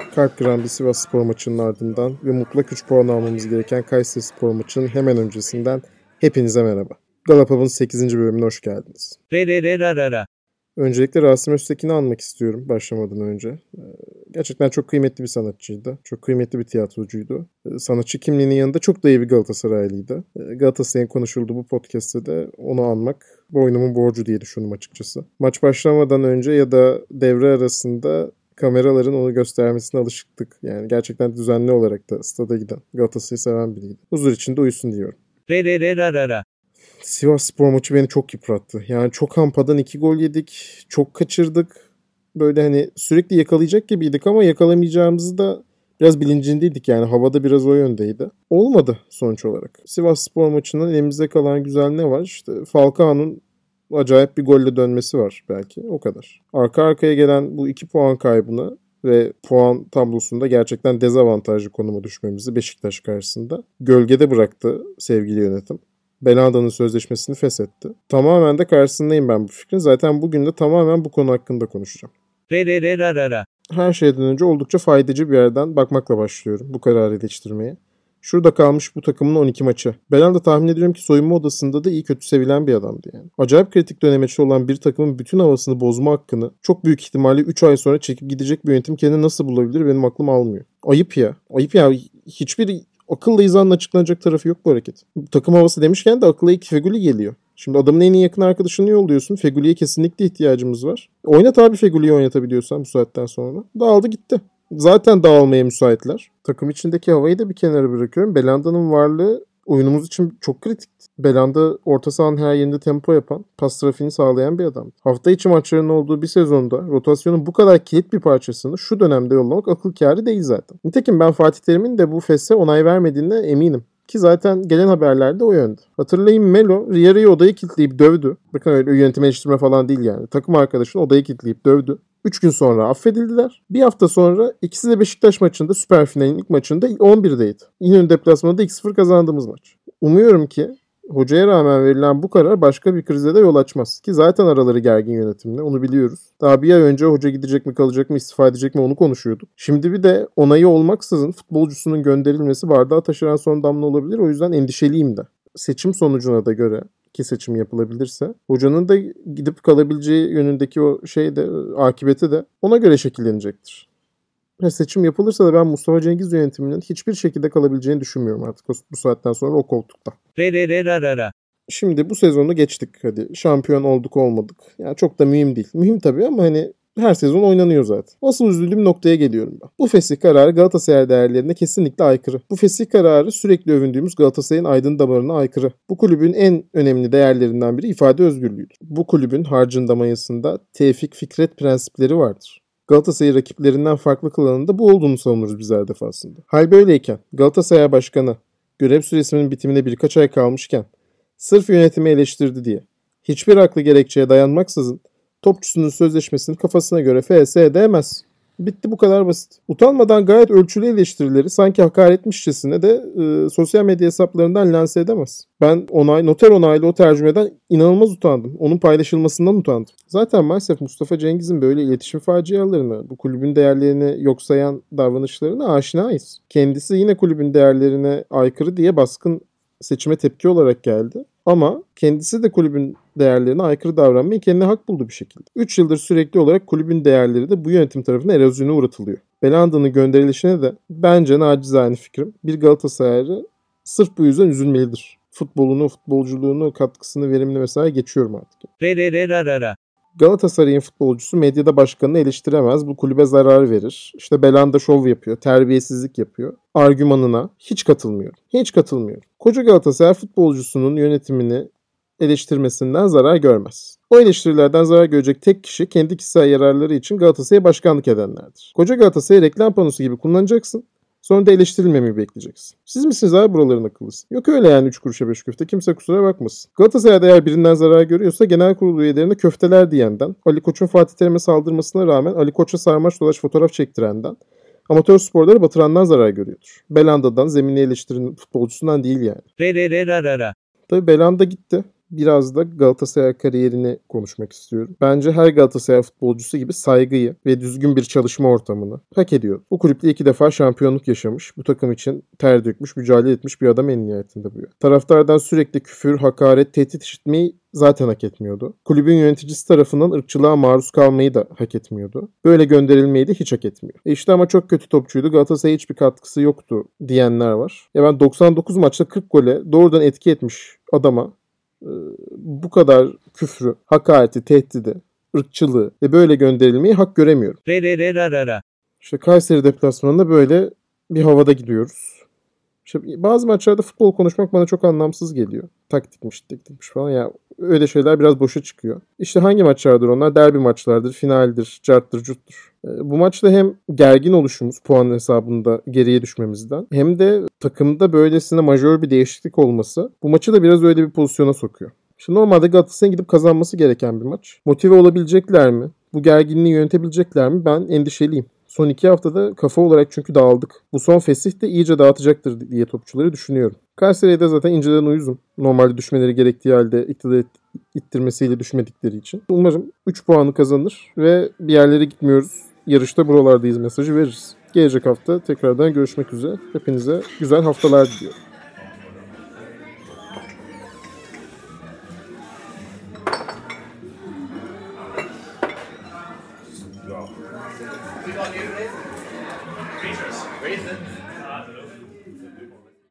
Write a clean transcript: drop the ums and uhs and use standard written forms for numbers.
Kalp kıran bir Sivasspor maçının ardından ve mutlak 3 puan almamız gereken Kayserispor maçının hemen öncesinden hepinize merhaba. Galapagos'un 8. bölümüne hoş geldiniz. Öncelikle Rasim Öztekin'i anmak istiyorum başlamadan önce. Gerçekten çok kıymetli bir sanatçıydı. Çok kıymetli bir tiyatrocuydu. Sanatçı kimliğinin yanında çok da iyi bir Galatasaraylıydı. Galatasaray'ın konuşulduğu bu podcast'te de onu anmak boynumun borcu diye düşündüm açıkçası. Maç başlamadan önce ya da devre arasında kameraların onu göstermesine alışıktık. Yani gerçekten düzenli olarak da stada giden, Galatasaray'ı seven biriydi. Huzur içinde uyusun diyorum. Sivasspor maçı beni çok yıprattı. Yani çok hampadan 2 gol yedik. Çok kaçırdık. Böyle hani sürekli yakalayacak gibiydik ama yakalamayacağımızı da biraz bilincindeydik. Yani havada biraz o yöndeydi. Olmadı sonuç olarak. Sivasspor maçının elimizde kalan güzel ne var? İşte Falcao'nun acayip bir golle dönmesi var belki. O kadar. Arka arkaya gelen bu 2 puan kaybını ve puan tablosunda gerçekten dezavantajlı konuma düşmemizi Beşiktaş karşısında gölgede bıraktı sevgili yönetim. Belanda'nın sözleşmesini feshetti. Tamamen de karşısındayım ben bu fikrin. Zaten bugün de tamamen bu konu hakkında konuşacağım. Her şeyden önce oldukça faydacı bir yerden bakmakla başlıyorum bu kararı eleştirmeye. Şurada kalmış bu takımın 12 maçı. Belanda tahmin ediyorum ki soyunma odasında da iyi kötü sevilen bir adamdı yani. Acayip kritik dönemeçi olan bir takımın bütün havasını bozma hakkını çok büyük ihtimalle 3 ay sonra çekip gidecek bir yönetim kendini nasıl bulabilir benim aklım almıyor. Ayıp ya. Ayıp ya. Hiçbir akılla izanla açıklanacak tarafı yok bu hareket. Takım havası demişken de akılla ilk Feguli geliyor. Şimdi adamın en iyi yakın arkadaşını yolluyorsun. Feguli'ye kesinlikle ihtiyacımız var. Oynat abi Feguli'yi oynatabiliyorsan bu saatten sonra. Dağıldı gitti. Zaten dağılmaya müsaitler. Takım içindeki havayı da bir kenara bırakıyorum. Belanda'nın varlığı oyunumuz için çok kritik. Belanda orta sahanın her yerinde tempo yapan, pas trafiğini sağlayan bir adam. Hafta içi maçlarının olduğu bir sezonda rotasyonun bu kadar kilit bir parçasını şu dönemde yollamak akıl kârı değil zaten. Nitekim ben Fatih Terim'in de bu feshe onay vermediğine eminim. Ki zaten gelen haberlerde o yönde. Hatırlayın Melo, Riera'yı odaya kilitleyip dövdü. Bakın öyle yönetim eleştirme falan değil yani. Takım arkadaşını odaya kilitleyip dövdü. 3 gün sonra affedildiler. Bir hafta sonra ikisi de Beşiktaş maçında, süper finalin ilk maçında 11'deydi. İnönü deplasmanında 2-0 kazandığımız maç. Umuyorum ki hocaya rağmen verilen bu karar başka bir krize de yol açmaz. Ki zaten araları gergin yönetimle, onu biliyoruz. Daha bir ay önce hoca gidecek mi, kalacak mı, istifa edecek mi onu konuşuyorduk. Şimdi bir de onayı olmaksızın futbolcusunun gönderilmesi bardağı taşıran son damla olabilir. O yüzden endişeliyim de. Seçim sonucuna da göre ki seçim yapılabilirse hocanın da gidip kalabileceği yönündeki o şey de akıbeti de ona göre şekillenecektir. Seçim yapılırsa da ben Mustafa Cengiz yönetiminin hiçbir şekilde kalabileceğini düşünmüyorum artık bu saatten sonra o koltukta. Şimdi bu sezonu geçtik hadi. Şampiyon olduk olmadık. Yani çok da mühim değil. Mühim tabii ama hani her sezon oynanıyor zaten. Asıl üzüldüğüm noktaya geliyorum ben. Bu fesih kararı Galatasaray değerlerine kesinlikle aykırı. Bu fesih kararı sürekli övündüğümüz Galatasaray'ın aydın damarına aykırı. Bu kulübün en önemli değerlerinden biri ifade özgürlüğüdür. Bu kulübün harcında mayasında Tevfik Fikret prensipleri vardır. Galatasaray'ı rakiplerinden farklı kılanın da bu olduğunu savunuruz biz her defasında. Hal böyleyken Galatasaray Başkanı görev süresinin bitimine birkaç ay kalmışken sırf yönetimi eleştirdi diye hiçbir haklı gerekçeye dayanmaksızın topçusunun sözleşmesini kafasına göre feshe edemez. Bitti, bu kadar basit. Utanmadan gayet ölçülü eleştirileri sanki hakaretmişçesine de sosyal medya hesaplarından lanse edemez. Ben noter onaylı o tercümeden inanılmaz utandım. Onun paylaşılmasından utandım. Zaten maalesef Mustafa Cengiz'in böyle iletişim facialarını, bu kulübün değerlerini yok sayan davranışlarına aşinayız. Kendisi yine kulübün değerlerine aykırı diye baskın seçime tepki olarak geldi. Ama kendisi de kulübün değerlerine aykırı davranmayı kendine hak buldu bir şekilde. 3 yıldır sürekli olarak kulübün değerleri de bu yönetim tarafından erozyona uğratılıyor. Belanda'nın gönderilişine de bence nacizane fikrim bir Galatasaraylı sırf bu yüzden üzülmelidir. Futbolunu, futbolculuğunu, katkısını, verimini vesaire geçiyorum artık. Galatasaray'ın futbolcusu medyada başkanını eleştiremez. Bu kulübe zarar verir. İşte Belanda şov yapıyor. Terbiyesizlik yapıyor. Argümanına hiç katılmıyorum. Hiç katılmıyorum. Koca Galatasaray futbolcusunun yönetimini eleştirmesinden zarar görmez. O eleştirilerden zarar görecek tek kişi kendi kişisel yararları için Galatasaray'a başkanlık edenlerdir. Koca Galatasaray'ı reklam panosu gibi kullanacaksın. Sonra da eleştirilmemeyi bekleyeceksin. Siz misiniz abi buraların akıllısı? Yok öyle yani 3 kuruşa 5 köfte. Kimse kusura bakmasın. Galatasaray'da eğer birinden zarar görüyorsa genel kurulu üyelerine köfteler diyenden, Ali Koç'un Fatih Terim'e saldırmasına rağmen Ali Koç'a sarmaş dolaş fotoğraf çektirenden, amatör sporları batırandan zarar görüyordur. Belanda'dan, zeminli eleştirinin futbolcusundan değil yani. Tabii Belanda gitti. biraz da Galatasaray kariyerini konuşmak istiyorum. Bence her Galatasaray futbolcusu gibi saygıyı ve düzgün bir çalışma ortamını hak ediyor. Bu kulüple 2 defa şampiyonluk yaşamış, bu takım için ter dökmüş, mücadele etmiş bir adam en nihayetinde bu. Taraftardan sürekli küfür, hakaret, tehdit işitmeyi zaten hak etmiyordu. Kulübün yöneticisi tarafından ırkçılığa maruz kalmayı da hak etmiyordu. Böyle gönderilmeyi de hiç hak etmiyor. İşte ama çok kötü topçuydu. Galatasaray'a hiçbir katkısı yoktu diyenler var. Ben 99 maçta 40 gole doğrudan etki etmiş adama bu kadar küfrü, hakareti, tehdidi, ırkçılığı ve böyle gönderilmeyi hak göremiyorum. İşte Kayseri deplasmanında böyle bir havada gidiyoruz. İşte bazı maçlarda futbol konuşmak bana çok anlamsız geliyor. Taktikmiş falan ya, öyle şeyler biraz boşa çıkıyor. İşte hangi maçlardır onlar? Derbi maçlardır, finaldir, carttır, cuttur. Bu maçta hem gergin oluşumuz puan hesabında geriye düşmemizden hem de takımda böylesine majör bir değişiklik olması bu maçı da biraz öyle bir pozisyona sokuyor. İşte normalde Galatasaray'ın gidip kazanması gereken bir maç. Motive olabilecekler mi? Bu gerginliği yönetebilecekler mi? Ben endişeliyim. Son 2 haftada kafa olarak çünkü dağıldık. Bu son fesih de iyice dağıtacaktır diye topçuları düşünüyorum. Kayseri'ye de zaten inceden uyuzum. Normalde düşmeleri gerektiği halde iktidar ittirmesiyle düşmedikleri için. Umarım 3 puanı kazanır ve bir yerlere gitmiyoruz. Yarışta buralardayız mesajı veririz. Gelecek hafta tekrardan görüşmek üzere. Hepinize güzel haftalar diliyorum.